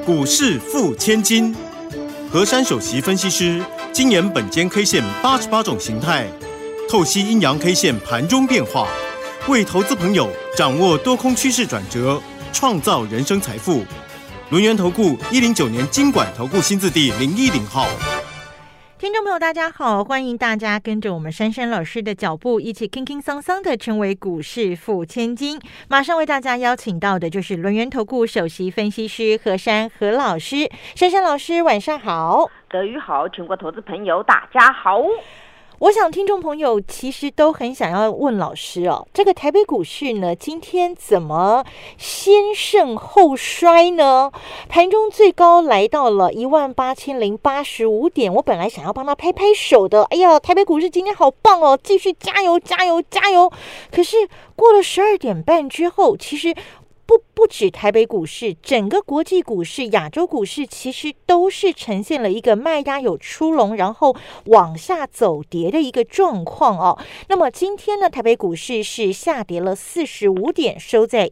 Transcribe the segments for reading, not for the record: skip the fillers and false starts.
股市富千金，和山首席分析师精研本间 K 线88种形态，透析阴阳 K 线盘中变化，为投资朋友掌握多空趋势转折，创造人生财富。轮源投顾109年金管投顾新字第010号。 听众朋友大家好，欢迎大家跟着我们珊珊老师的脚步，一起轻轻桑桑的成为股市富千金。马上为大家邀请到的就是轮源投顾首席分析师何珊何老师。珊珊老师晚上好。 德语好，全国投资朋友大家好。 我想听众朋友其实都很想要问老师哦，这个台北股市呢，今天怎么先盛后衰呢？盘中最高来到了18085点，我本来想要帮他拍拍手的，哎呀，台北股市今天好棒哦，继续加油加油加油！可是过了12点半之后，其实不止台北股市，整个国际股市、亚洲股市其实都是呈现了一个卖压有出笼，然后往下走跌的一个状况哦。那么今天呢，台北股市是下跌了45点，收在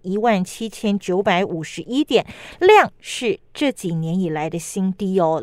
17951点，量是这几年以来的新低哦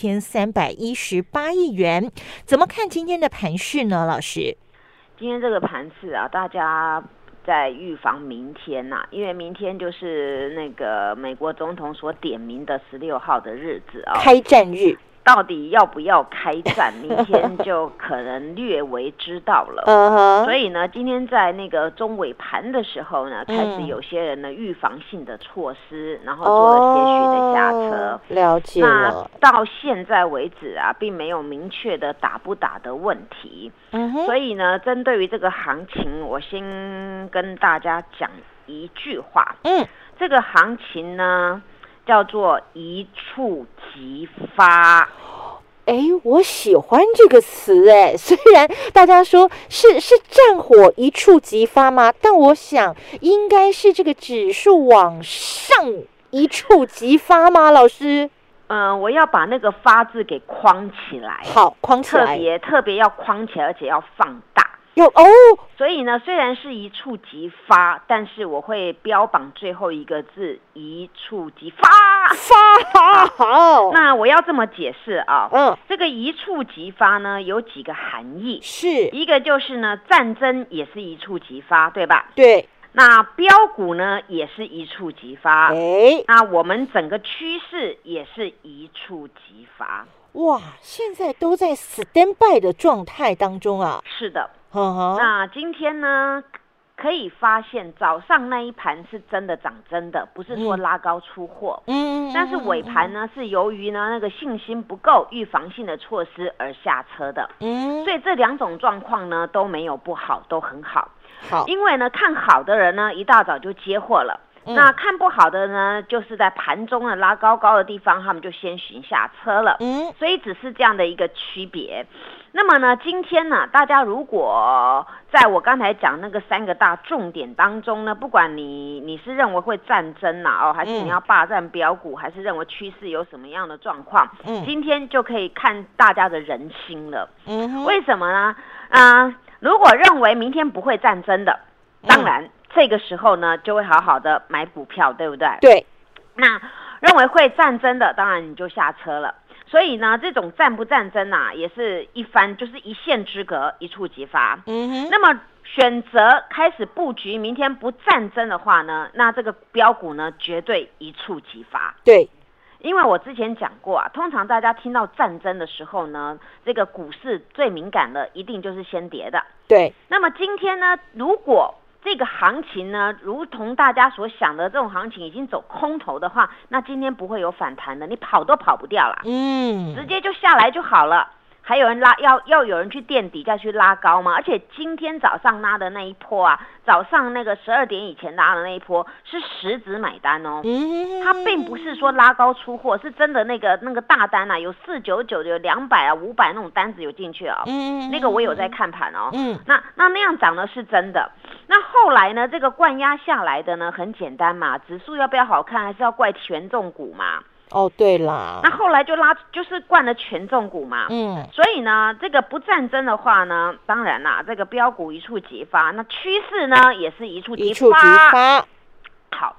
，2318亿元。怎么看今天的盘势呢，老师？ 今天这个盘势啊，大家在预防明天呐，因为明天就是那个美国总统所点名的16号的日子啊， 开战日。 到底要不要开战，明天就可能略微知道了。所以呢，今天在那个中尾盘的时候呢，开始有些人呢预防性的措施，然后做了些许的下车。 了解了。 那到现在为止啊，并没有明确的打不打的问题。所以呢，针对于这个行情，我先跟大家讲一句话。这个行情呢，叫做一触即发。 我喜欢这个词虽然大家说是战火一触即发吗？但我想应该是这个指数往上一触即发吗？老师？ 我要把那个发字给框起来。 好，框起来。 特别要框起来，而且要放大。所以呢，虽然是一触即发，但是我会标榜最后一个字一触即发。好，那我要这么解释啊。这个一触即发呢，有几个含义。 是一个就是呢，战争也是一触即发，对吧？ 对。 那标股呢，也是一触即发。那我们整个趋势也是一触即发。 哇，现在都在 stand by 的状态当中啊。 是的。那今天呢，可以发现早上那一盘是真的涨真的，不是说拉高出货。但是尾盘呢，是由于呢那个信心不够，预防性的措施而下车的。所以这两种状况呢都没有不好，都很好。因为呢看好的人呢一大早就接货了。那看不好的呢，就是在盘中呢拉高的地方，他们就先行下车了。所以只是这样的一个区别。那么呢，今天呢，大家如果在我刚才讲那个3个大重点当中呢，不管你是认为会战争还是你要霸占标股，还是认为趋势有什么样的状况，今天就可以看大家的人心了。为什么呢？如果认为明天不会战争的，当然这个时候呢，就会好好的买股票，对不对？对。那认为会战争的，当然你就下车了。所以呢，这种战不战争啊，也是就是一线之隔，一触即发。那么选择开始布局明天不战争的话呢，那这个标股呢，绝对一触即发。对。因为我之前讲过啊，通常大家听到战争的时候呢，这个股市最敏感的一定就是先跌的。对。那么今天呢，如果这个行情呢，如同大家所想的这种行情已经走空头的话，那今天不会有反弹的，你跑都跑不掉啦。直接就下来就好了。还有人要有人去垫底再去拉高吗？而且今天早上拉的那一波啊，早上那个12点以前拉的那一波是实质买单哦。它并不是说拉高出货，是真的那个大单啊，有499有200啊500那种单子有进去哦。那个我有在看盘哦。那样涨的是真的。那后来呢，这个灌压下来的呢，很简单嘛，指数要不要好看，还是要怪权重股嘛。对啦，那后来就是灌了权重股嘛。所以呢，这个不战争的话呢，当然啦，这个标股一触即发，那趋势呢也是一触即发。好，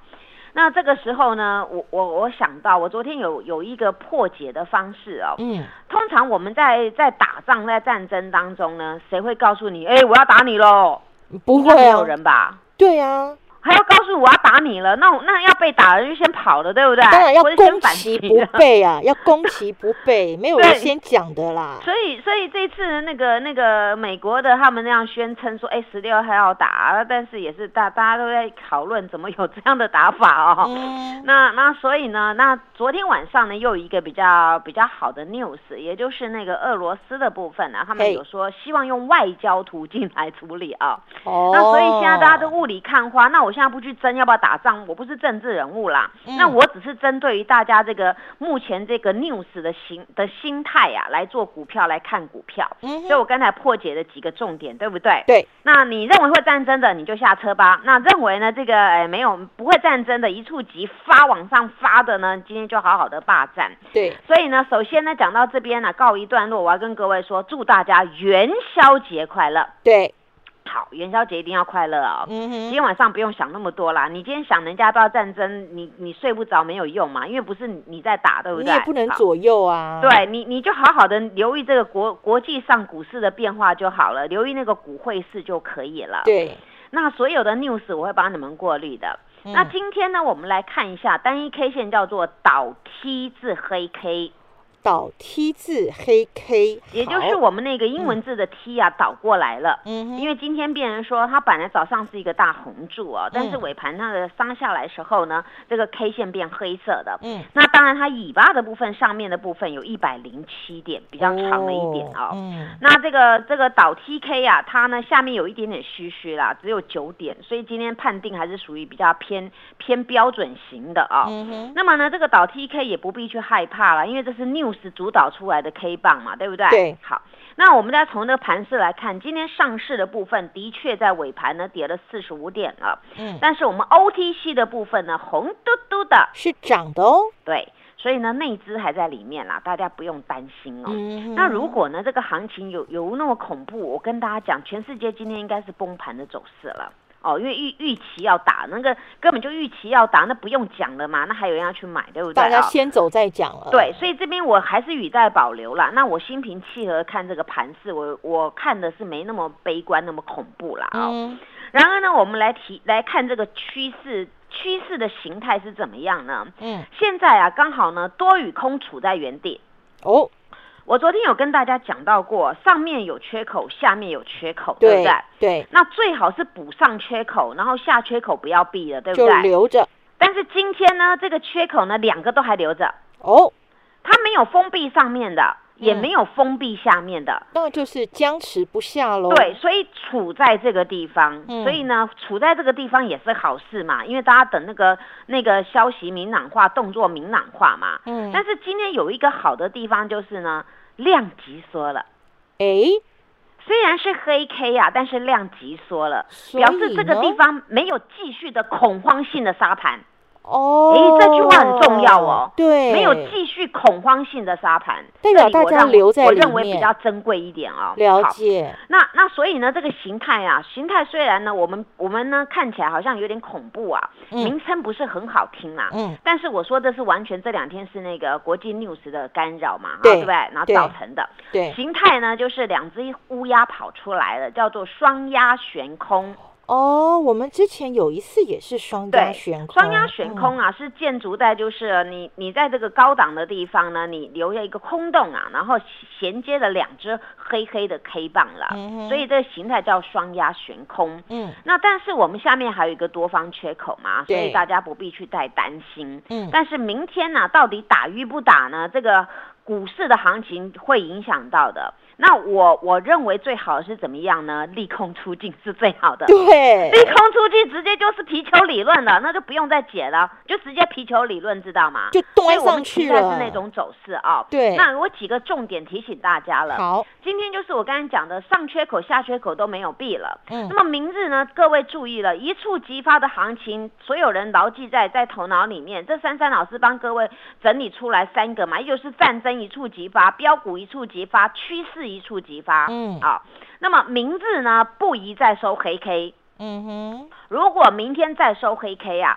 那这个时候呢，我想到，我昨天有一个破解的方式哦。通常我们在打仗在战争当中呢，谁会告诉你，我要打你咯？ 不会啊， 没有人吧？ 对啊。 还要告诉我要打你了，那要被打了就先跑了，对不对？ 当然要攻其不备啊，要攻其不备，没有人先讲的啦。 所以这次那个美国的他们那样宣称说，16号要打，但是也是大家都在讨论怎么有这样的打法哦。那所以呢，那昨天晚上呢又有一个比较好的 news， 也就是那个俄罗斯的部分呢，他们有说希望用外交途径来处理啊。那所以现在大家都雾里看花，那我现在不去争要不要打仗，我不是政治人物啦，那我只是针对于大家这个目前这个 news 的心态啊来做股票来看股票，所以我刚才破解了几个重点，对不对？ 对。 那你认为会战争的你就下车吧，那认为呢这个没有不会战争的一触即发往上发的呢，今天就好好的霸占。对。所以呢，首先呢讲到这边呢告一段落，我要跟各位说，祝大家元宵节快乐。对。好，元宵节一定要快乐哦。今天晚上不用想那么多啦。你今天想人家不要战争，你睡不着没有用嘛，因为不是你在打，对不对？ 你也不能左右啊。 对，你就好好的留意这个国际上股市的变化就好了，留意那个股汇市就可以了。对。那所有的 news 我会帮你们过滤的。那今天呢，我们来看一下单一 K 线叫做倒 T 字黑 K。 倒 T 字黑 K， 也就是我们那个英文字的 T 啊倒过来了。因为今天别人说它本来早上是一个大红柱哦，但是尾盘它的杀下来时候呢，这个 K 线变黑色的。那当然它尾巴的部分上面的部分有107点，比较长了一点哦。那这个倒 TK 啊，它呢下面有一点点虚虚啦，只有9点，所以今天判定还是属于比较偏标准型的啊。那么呢，这个倒 TK 也不必去害怕了，因为这是 news主导出来的 K 棒嘛，对不对？对。好，那我们再从这个盘势来看，今天上市的部分的确在尾盘呢跌了45点了。但是我们 OTC 的部分呢红嘟嘟的， 是涨的哦。 对。所以呢，内资还在里面啦，大家不用担心哦。那如果呢，这个行情有那么恐怖，我跟大家讲，全世界今天应该是崩盘的走势了。因为预期要打，那个根本就预期要打，那不用讲了嘛，那还有人要去买，对不对？ 大家先走再讲了。 对，所以这边我还是语带保留啦。那我心平气和看这个盘势，我看的是没那么悲观，那么恐怖啦。然而呢，我们来看这个趋势的形态是怎么样呢？现在啊，刚好呢多与空处在原地。我昨天有跟大家讲到过，上面有缺口，下面有缺口，对不对？对。那最好是补上缺口，然后下缺口不要闭了，对不对？ 就留着。 但是今天呢，这个缺口呢，2个都还留着。它没有封闭上面的，也没有封闭下面的， 那就是僵持不下咯。 对，所以处在这个地方，所以呢，处在这个地方也是好事嘛，因为大家等那个消息明朗化，动作明朗化嘛。但是今天有一个好的地方就是呢，量级缩了。虽然是黑 K 啊，但是量级缩了，表示这个地方没有继续的恐慌性的杀盘。这句话很重要哦。对，没有继续恐慌性的沙盘， 代表大家留在里面， 我认为比较珍贵一点哦。 了解。 那所以呢，这个形态啊，虽然呢，我们呢看起来好像有点恐怖啊，名称不是很好听啦。但是我说的是完全这2天是那个国际 news 的干扰嘛，对不对？然后造成的。对。形态呢，就是2只乌鸦跑出来了，叫做双鸦悬空。 我们之前有一次也是双鸦悬空。 双鸦悬空啊，是建筑在就是你在这个高档的地方呢，你留下一个空洞啊，然后衔接了2只黑黑的 K 棒了，所以这个形态叫双鸦悬空。那但是我们下面还有一个多方缺口嘛，所以大家不必去太担心。但是明天呢，到底打与不打呢？这个股市的行情会影响到的。那我认为最好是怎么样呢？利空出尽是最好的。对，利空出尽直接就是皮球理论了，那就不用再解了，就直接皮球理论，知道吗？ 就端上去了。 所以我们期待是那种走势啊。对。那我几个重点提醒大家了。好，今天就是我刚才讲的，上缺口下缺口都没有闭了。那么明日呢，各位注意了，一触即发的行情，所有人牢记在头脑里面。这珊老师帮各位整理出来3个嘛，也就是战争一触即发，标股一触即发，趋势一触即发。那么明日呢，不宜再收黑 K。如果明天再收黑 K 啊，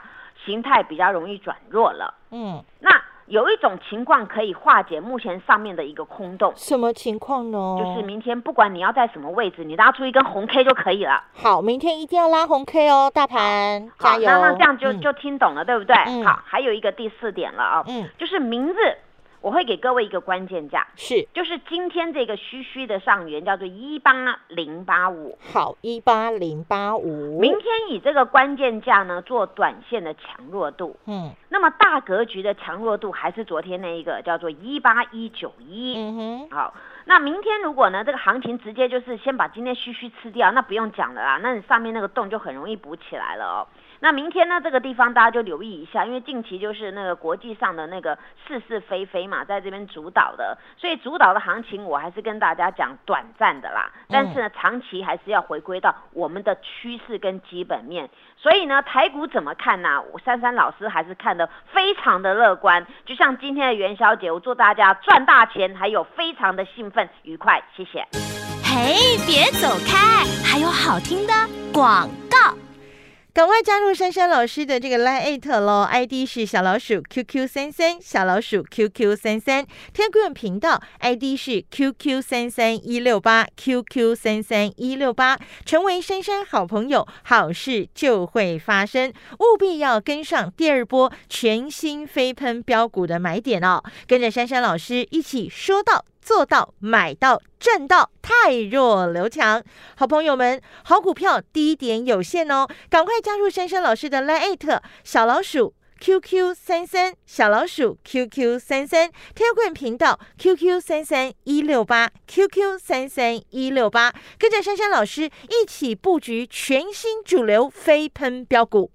形态比较容易转弱了。那有一种情况可以化解目前上面的一个空洞。 什么情况呢？ 就是明天不管你要在什么位置，你拉出一根红 K 就可以了。 好，明天一定要拉红 K 哦，大盘加油。 那这样就听懂了，对不对？好，还有一个第4点了啊，就是明日我会给各位一个关键价，就是今天这个虚虚的上缘叫做18085。 好，18085。 明天以这个关键价呢做短线的强弱度。那么大格局的强弱度还是昨天那一个叫做18191。好，那明天如果呢这个行情直接就是先把今天虚虚吃掉，那不用讲了啦，那你上面那个洞就很容易补起来了哦。那明天呢这个地方大家就留意一下，因为近期就是那个国际上的那个是是非非嘛，在这边主导的，所以主导的行情我还是跟大家讲短暂的啦，但是呢长期还是要回归到我们的趋势跟基本面。所以呢台股怎么看呢？我珊珊老师还是看得非常的乐观，就像今天的元宵节，我祝大家赚大钱，还有非常的兴奋愉快，谢谢。 嘿，别走开，还有好听的广告。 赶快加入珊珊老师的这个 LINE@ 咯 ，ID 是小老鼠 QQ33， 小老鼠 QQ33， Telegram 频道 ID 是 QQ33168 QQ33168， 成为珊珊好朋友，好事就会发生，务必要跟上第二波全新飞喷标股的买点哦，跟着珊珊老师一起说到做到，买到赚到，太弱留强。好朋友们，好股票低点有限哦，赶快加入珊珊老师的 LINE@ 小老鼠 QQ33， 小老鼠 QQ33， Telegram 频道 QQ33168 QQ33168， 跟着珊珊老师一起布局全新主流飞喷标股。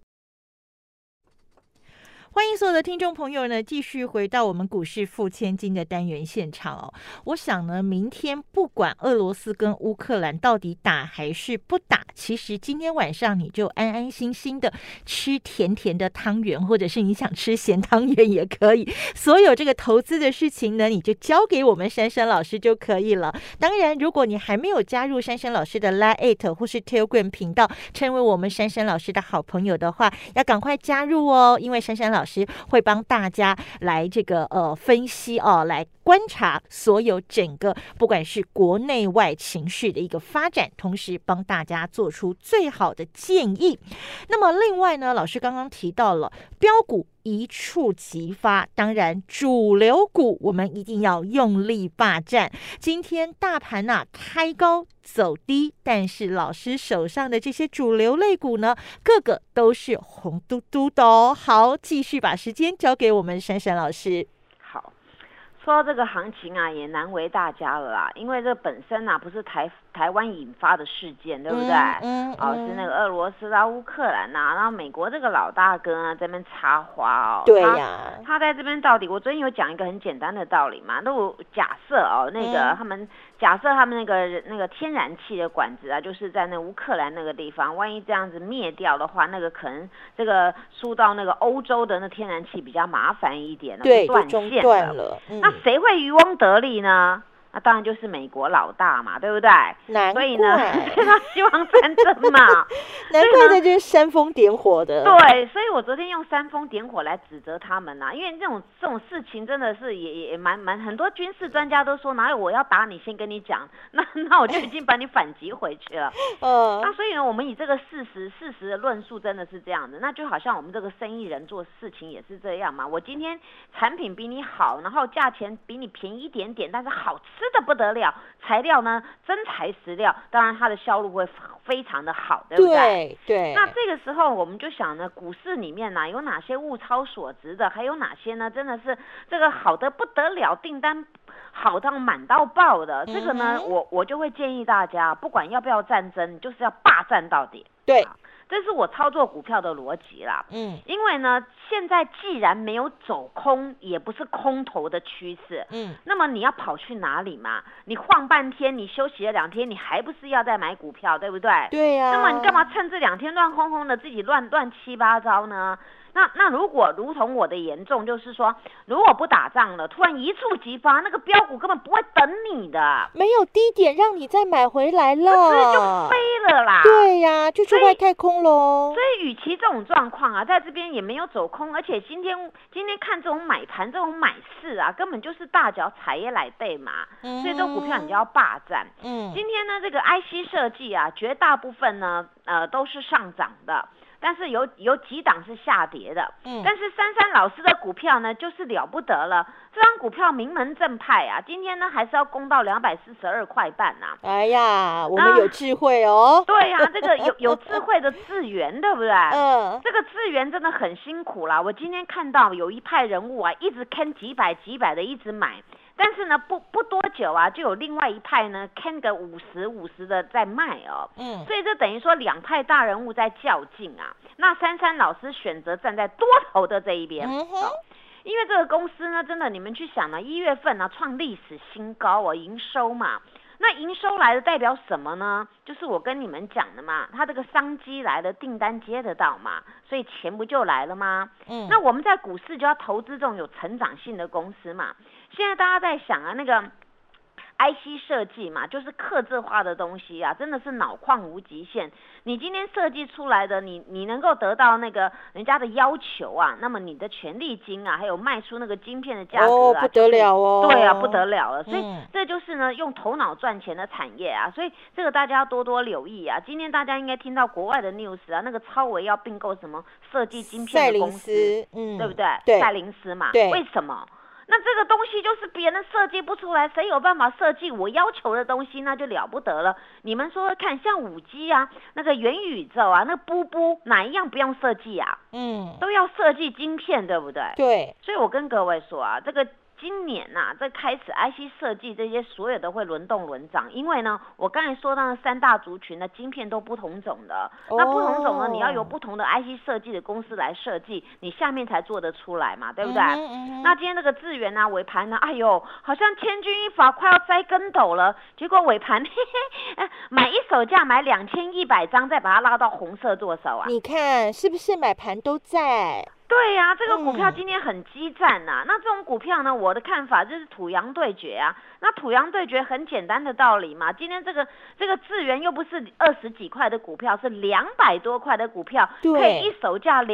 欢迎所有的听众朋友呢，继续回到我们股市富千金的单元现场哦。我想呢，明天不管俄罗斯跟乌克兰到底打还是不打，其实今天晚上你就安安心心的吃甜甜的汤圆，或者是你想吃咸汤圆也可以。所有这个投资的事情呢，你就交给我们珊珊老师就可以了。当然，如果你还没有加入珊珊老师的 LINE@ 或是 Telegram 频道，成为我们珊珊老师的好朋友的话，要赶快加入哦，因为珊珊老师会帮大家来这个分析哦，来观察所有整个不管是国内外情绪的一个发展，同时帮大家做出最好的建议。那么另外呢，老师刚刚提到了标股一触即发，当然主流股我们一定要用力霸占。今天大盘开高走低，但是老师手上的这些主流类股呢，个个都是红嘟嘟的哦。好，继续把时间交给我们珊珊老师。 好，说到这个行情也难为大家了啦，因为这本身不是台湾引发的事件，对不对？是那个俄罗斯乌克兰然后美国这个老大哥在那边插花对呀， 他在这边到底，我昨天有讲一个很简单的道理嘛，那我假设那个假设他们那个天然气的管子就是在那乌克兰那个地方，万一这样子灭掉的话，那个可能这个输到那个欧洲的那天然气比较麻烦一点， 对， 断线了。那谁会渔翁得利呢？那当然就是美国老大嘛，对不对？所以呢，他希望战争嘛， 难怪他就是煽风点火的。 对，所以我昨天用煽风点火来指责他们因为这种事情真的是也蛮很多军事专家都说，哪有我要打你先跟你讲，那我就已经把你反击回去了。那所以呢，我们以这个事实的论述真的是这样的，那就好像我们这个生意人做事情也是这样嘛。我今天产品比你好，然后价钱比你便宜一点点，但是好吃的不得了，材料呢真材实料，当然它的销路会非常的好，对不对？ 对。 那这个时候我们就想呢，股市里面有哪些物超所值的，还有哪些呢真的是这个好的不得了，订单好到满到爆的，这个呢我就会建议大家，不管要不要战争，就是要霸占到底。 对。 这是我操作股票的逻辑啦，因为呢，现在既然没有走空，也不是空头的趋势，那么你要跑去哪里嘛？你晃半天，你休息了2天，你还不是要再买股票，对不对？ 对呀。 那么你干嘛趁这2天乱哄哄的自己乱七八糟呢？ 那如果如同我的严重，就是说，如果不打仗了，突然一触即发，那个标股根本不会等你的， 没有低点让你再买回来了， 直接就飞了啦。 对呀，就去外太空喽。 所以，与其这种状况啊，在这边也没有走空，而且今天看这种买盘、这种买势啊，根本就是大脚踩也来对嘛。所以这股票你就要霸占。今天呢，这个 IC 设计啊，绝大部分呢，都是上涨的。但是有几档是下跌的，但是珊珊老师的股票呢，就是了不得了。这张股票名门正派啊，今天呢还是要攻到242块半呐。 哎呀，我们有智慧哦。 对呀，这个有智慧的智源，对不对？这个智源真的很辛苦啦。我今天看到有一派人物啊，一直看几百的一直买。但是呢，不多久啊，就有另外一派呢，看个50的在卖哦。所以这等于说两派大人物在较劲啊。那珊珊老师选择站在多头的这一边。因为这个公司呢，真的你们去想呢，1月份呢创历史新高哦，营收嘛。那营收来的代表什么呢？就是我跟你们讲的嘛，它这个商机来了，订单接得到嘛，所以钱不就来了吗？那我们在股市就要投资这种有成长性的公司嘛。现在大家在想啊，那个 IC 设计嘛，就是客制化的东西啊，真的是脑矿无极限。你今天设计出来的，你能够得到那个人家的要求啊，那么你的权利金啊，还有卖出那个晶片的价格啊， 不得了哦。 对啊，不得了了。所以这就是呢，用头脑赚钱的产业啊。所以这个大家要多多留意啊。今天大家应该听到国外的 news 啊，那个超微要并购什么设计晶片的公司，对不对？ 对， 赛灵思嘛。 对， 为什么？那这个东西就是别人设计不出来，谁有办法设计我要求的东西，那就了不得了。你们说看，像5G 啊，那个元宇宙啊，那布哪一样不用设计啊？都要设计晶片，对不对？ 对。 所以我跟各位说啊，这个今年啊，这开始 IC 设计这些所有的会轮动轮涨，因为呢，我刚才说到的3大族群的晶片都不同种的，那不同种呢，你要有不同的 IC 设计的公司来设计，你下面才做得出来嘛，对不对？那今天这个智源啊，尾盘呢，哎呦，好像千钧一发，快要栽跟斗了，结果尾盘买一手价买2100张，再把它拉到红色做手啊！ 你看是不是买盘都在？ 对呀，这个股票今天很激战呐。那这种股票呢，我的看法就是土洋对决啊。那土洋对决很简单的道理嘛。今天这个智源又不是20几块的股票，是200多块的股票，可以一手价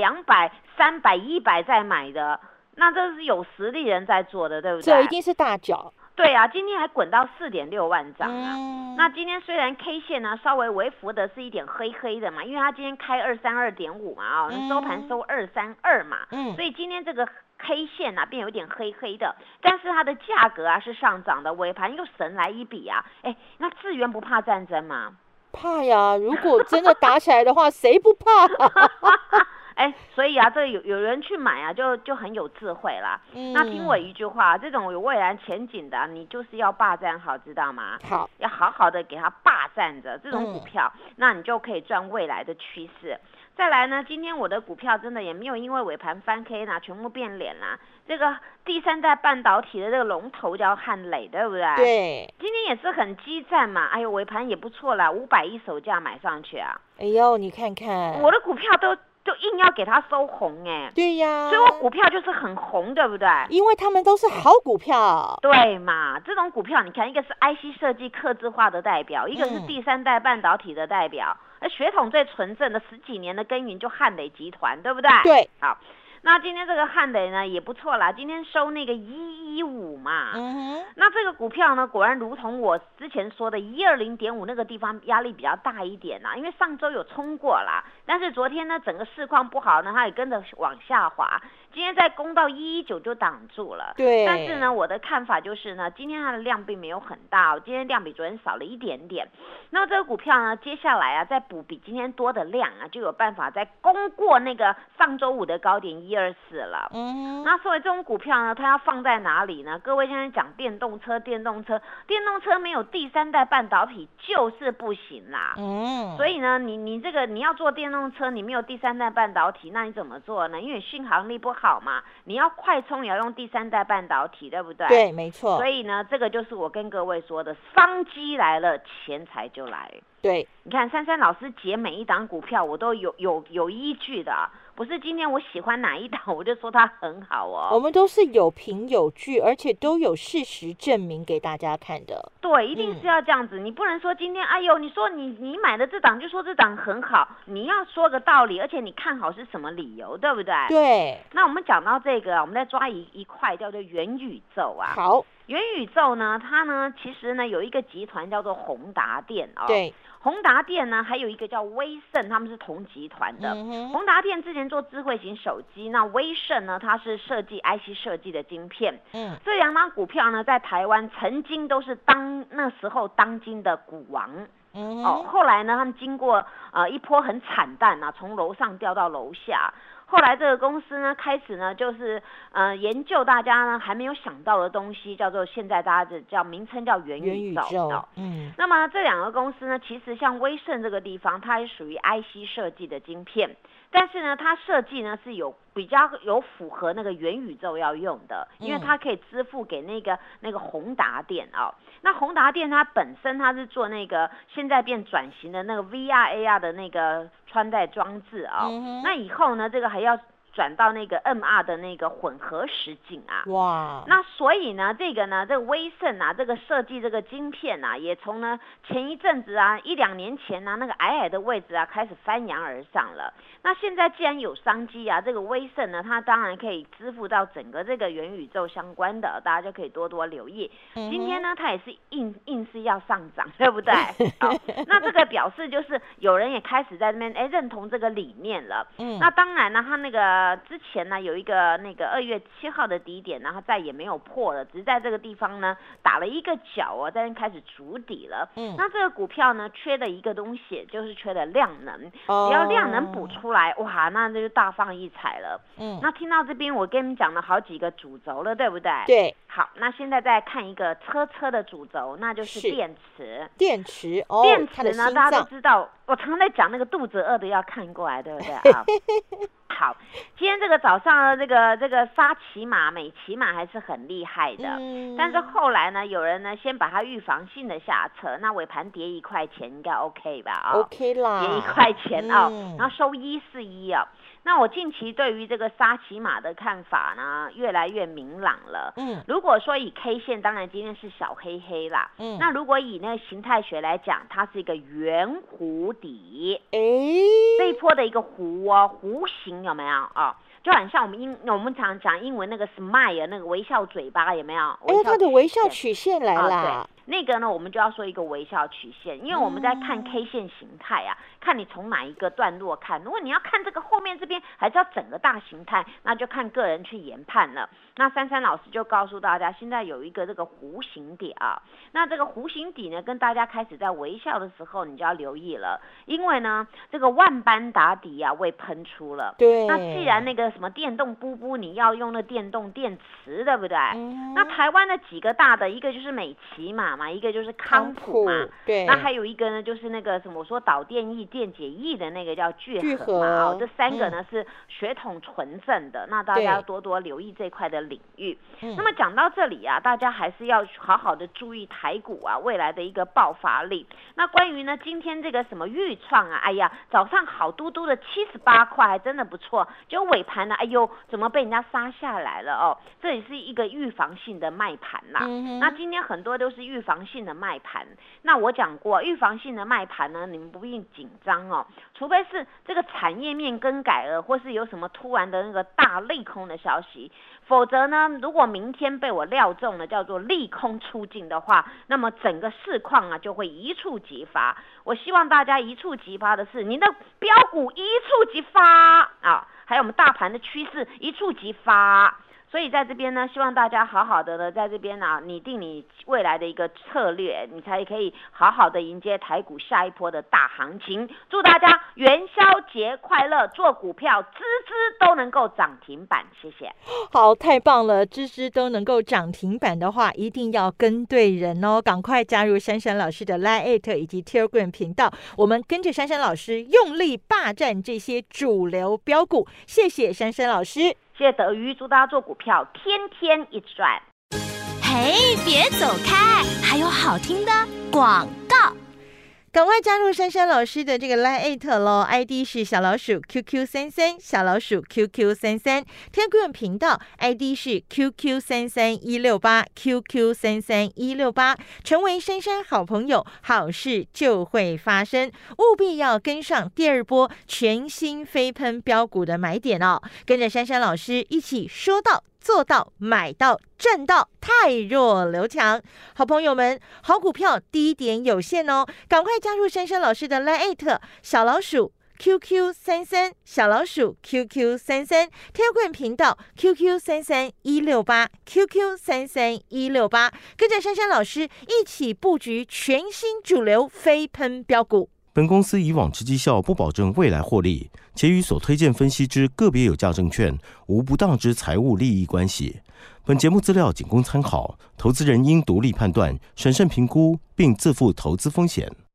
200、300、100再买的。那这是有实力人在做的，对不对？ 这一定是大脚。 对啊，今天还滚到4.6万张啊。那今天虽然 K 线呢稍微微幅的是一点黑黑的嘛，因为它今天开232.5嘛，收盘收232嘛，所以今天这个 K 线啊变有点黑黑的，但是它的价格啊是上涨的，尾盘又神来一笔啊，那智源不怕战争吗？ 怕呀，如果真的打起来的话，谁不怕？ 所以啊，这有人去买啊，就很有智慧啦。那听我一句话，这种有未来前景的啊，你就是要霸占好，知道吗？ 好， 要好好的给它霸占着这种股票，那你就可以赚未来的趋势。再来呢，今天我的股票真的也没有因为尾盘翻 K 啦，全部变脸啦。这个第3代半导体的这个龙头叫汉磊，对不对？ 对。 今天也是很激战嘛，哎呦，尾盘也不错啦，500一手价买上去啊。 哎呦，你看看， 我的股票都硬要给它收红对呀， 所以我股票就是很红，对不对？ 因为他们都是好股票。 对嘛，这种股票你看，一个是 IC 设计客制化的代表，一个是第3代半导体的代表，血统最纯正的10几年的耕耘就汉磊集团，对不对？ 对， 好。那今天这个汉磊呢也不错啦，今天收那个115嘛，那这个股票呢果然如同我之前说的120.5那个地方压力比较大一点啦，因为上周有冲过啦，但是昨天呢整个市况不好呢，它也跟着往下滑，今天再攻到119就挡住了。 对， 但是呢我的看法就是呢，今天它的量并没有很大今天量比昨天少了一点点，那这个股票呢接下来啊再补比今天多的量啊，就有办法再攻过那个上周五的高点124了。那所以这种股票呢，它要放在哪里呢？各位现在讲电动车没有第3代半导体就是不行啦。所以呢，你这个你要做电动车，你没有第3代半导体，那你怎么做呢？因为续航力不好嘛，你要快充也要用第3代半导体，对不对？ 对，没错。 所以呢，这个就是我跟各位说的，商机来了，钱财就来。 对， 你看珊珊老师解每一档股票，我都有依据的。 不是今天我喜欢哪一档我就说它很好哦。 我们都是有凭有据，而且都有事实证明给大家看的。 对，一定是要这样子，你不能说今天哎呦，你说你买的这档就说这档很好，你要说个道理，而且你看好是什么理由，对不对？ 对。 那我们讲到这个，我们再抓一块叫做元宇宙啊。 好。 元宇宙呢，它呢其实呢有一个集团叫做宏达电哦。 对。 宏达电呢还有一个叫威盛，他们是同集团的。宏达电之前做智慧型手机，那威盛呢它是设计 IC 设计的晶片。这两档股票呢在台湾曾经都是那时候当今的股王。后来呢他们经过一波很惨淡啊，从楼上掉到楼下。后来这个公司呢，开始呢就是研究大家呢还没有想到的东西，叫做现在大家的叫名称叫元宇宙。那么这两个公司呢，其实像威盛这个地方，它也属于 IC 设计的晶片，但是呢，它设计呢是比较有符合那个元宇宙要用的，因为它可以支付给那个宏达电哦。那宏达电它本身它是做那个现在变转型的那个 VR、AR 的那个穿戴装置哦。那以后呢，这个还要转到那个 MR 的那个混合实境啊。哇！那所以呢，这个威盛啊，这个设计这个晶片啊，也从呢前一阵子啊1-2年前啊那个矮的位置啊开始翻扬而上了。那现在既然有商机啊，这个威盛呢，它当然可以支付到整个这个元宇宙相关的，大家就可以多多留意。今天呢，它也是硬是要上涨，对不对？那这个表示就是有人也开始在那边认同这个理念了。那当然呢，它那个之前呢有一个那个2月7号的低点呢，它再也没有破了，只是在这个地方呢打了一个角哦，在那开始筑底了。那这个股票呢缺的一个东西就是缺的量能，只要量能补出来，哇，那就大放异彩了。那听到这边我跟你们讲了好几个主轴了，对不对？ 对。 好，那现在再看一个车的主轴，那就是电池。 电池呢，大家都知道，我常常在讲那个肚子饿的要看过来，对不对啊？好，今天这个早上的这个沙琪玛、美琪玛还是很厉害的，但是后来呢，有人呢先把它预防性的下车，那尾盘跌1块钱应该 OK 吧 ？OK 啦， 跌1块钱然后收141啊。那我近期对于这个沙琪玛的看法呢，越来越明朗了。如果说以 K 线，当然今天是小黑黑啦。那如果以那个形态学来讲，它是一个圆弧底。这一波的一个弧形有没有啊？就很像我们常讲英文那个 smile 那个微笑嘴巴有没有？ 它的微笑曲线来啦。 对，那个呢，我们就要说一个微笑曲线，因为我们在看 K 线形态啊，看你从哪一个段落看。如果你要看这个后面这边，还是要整个大形态，那就看个人去研判了。那珊珊老师就告诉大家，现在有一个这个弧形底啊，那这个弧形底呢，跟大家开始在微笑的时候，你就要留意了，因为呢，这个万般打底啊，未喷出了。 对。 那既然那个什么电动布布，你要用的电动电池，对不对？那台湾的几个大的，一个就是美琪玛嘛，一个就是康普嘛。 对。 那还有一个呢，就是那个什么我说导电液、电解液的那个叫聚合嘛。这3个呢是血统纯正的，那大家要多多留意这块的领域。那么讲到这里啊，大家还是要好好的注意台股啊未来的一个爆发力。那关于呢今天这个什么预创啊，哎呀，早上好嘟嘟的78块，还真的不错。就尾盘呢，哎呦，怎么被人家杀下来了哦？这也是一个预防性的卖盘啦。那今天很多都是预防性的卖盘。那我讲过，预防性的卖盘呢，你们不必紧张哦，除非是这个产业面更改了，或是有什么突然的那个大利空的消息，否则呢，如果明天被我料中了叫做利空出尽的话，那么整个市况啊就会一触即发。我希望大家一触即发的是，你的标股一触即发啊，还有我们大盘的趋势一触即发。所以在这边呢，希望大家好好的呢，在这边啊拟定你未来的一个策略，你才可以好好的迎接台股下一波的大行情。祝大家元宵节快乐，做股票支都能够涨停板，谢谢。 好，太棒了，支都能够涨停板的话，一定要跟对人哦，赶快加入珊珊老师的 LINE@ 以及 Telegram 频道，我们跟着珊珊老师用力霸占这些主流标股。谢谢珊珊老师。 谢谢德瑜，祝大家做股票天天一直赚。 嘿，别走开，还有好听的广告。 赶快加入珊珊老师的这个 LINE@ 咯 ，ID 是小老鼠 QQ33， 小老鼠 QQ33， Telegram 频道 ID 是 QQ33168 QQ33168， 成为珊珊好朋友，好事就会发生，务必要跟上第二波全新飞喷标股的买点哦，跟着珊珊老师一起说到做到，买到赚到，太弱留强。好朋友们，好股票低点有限哦，赶快加入珊珊老师的 LINE@ 小老鼠QQ33， 小老鼠 QQ33， Telegram 频道 QQ33168 QQ33168， 跟着珊珊老师一起布局全新主流飞喷标股。 本公司以往之绩效不保证未来获利，且与所推荐分析之个别有价证券无不当之财务利益关系。本节目资料仅供参考，投资人应独立判断、审慎评估，并自负投资风险。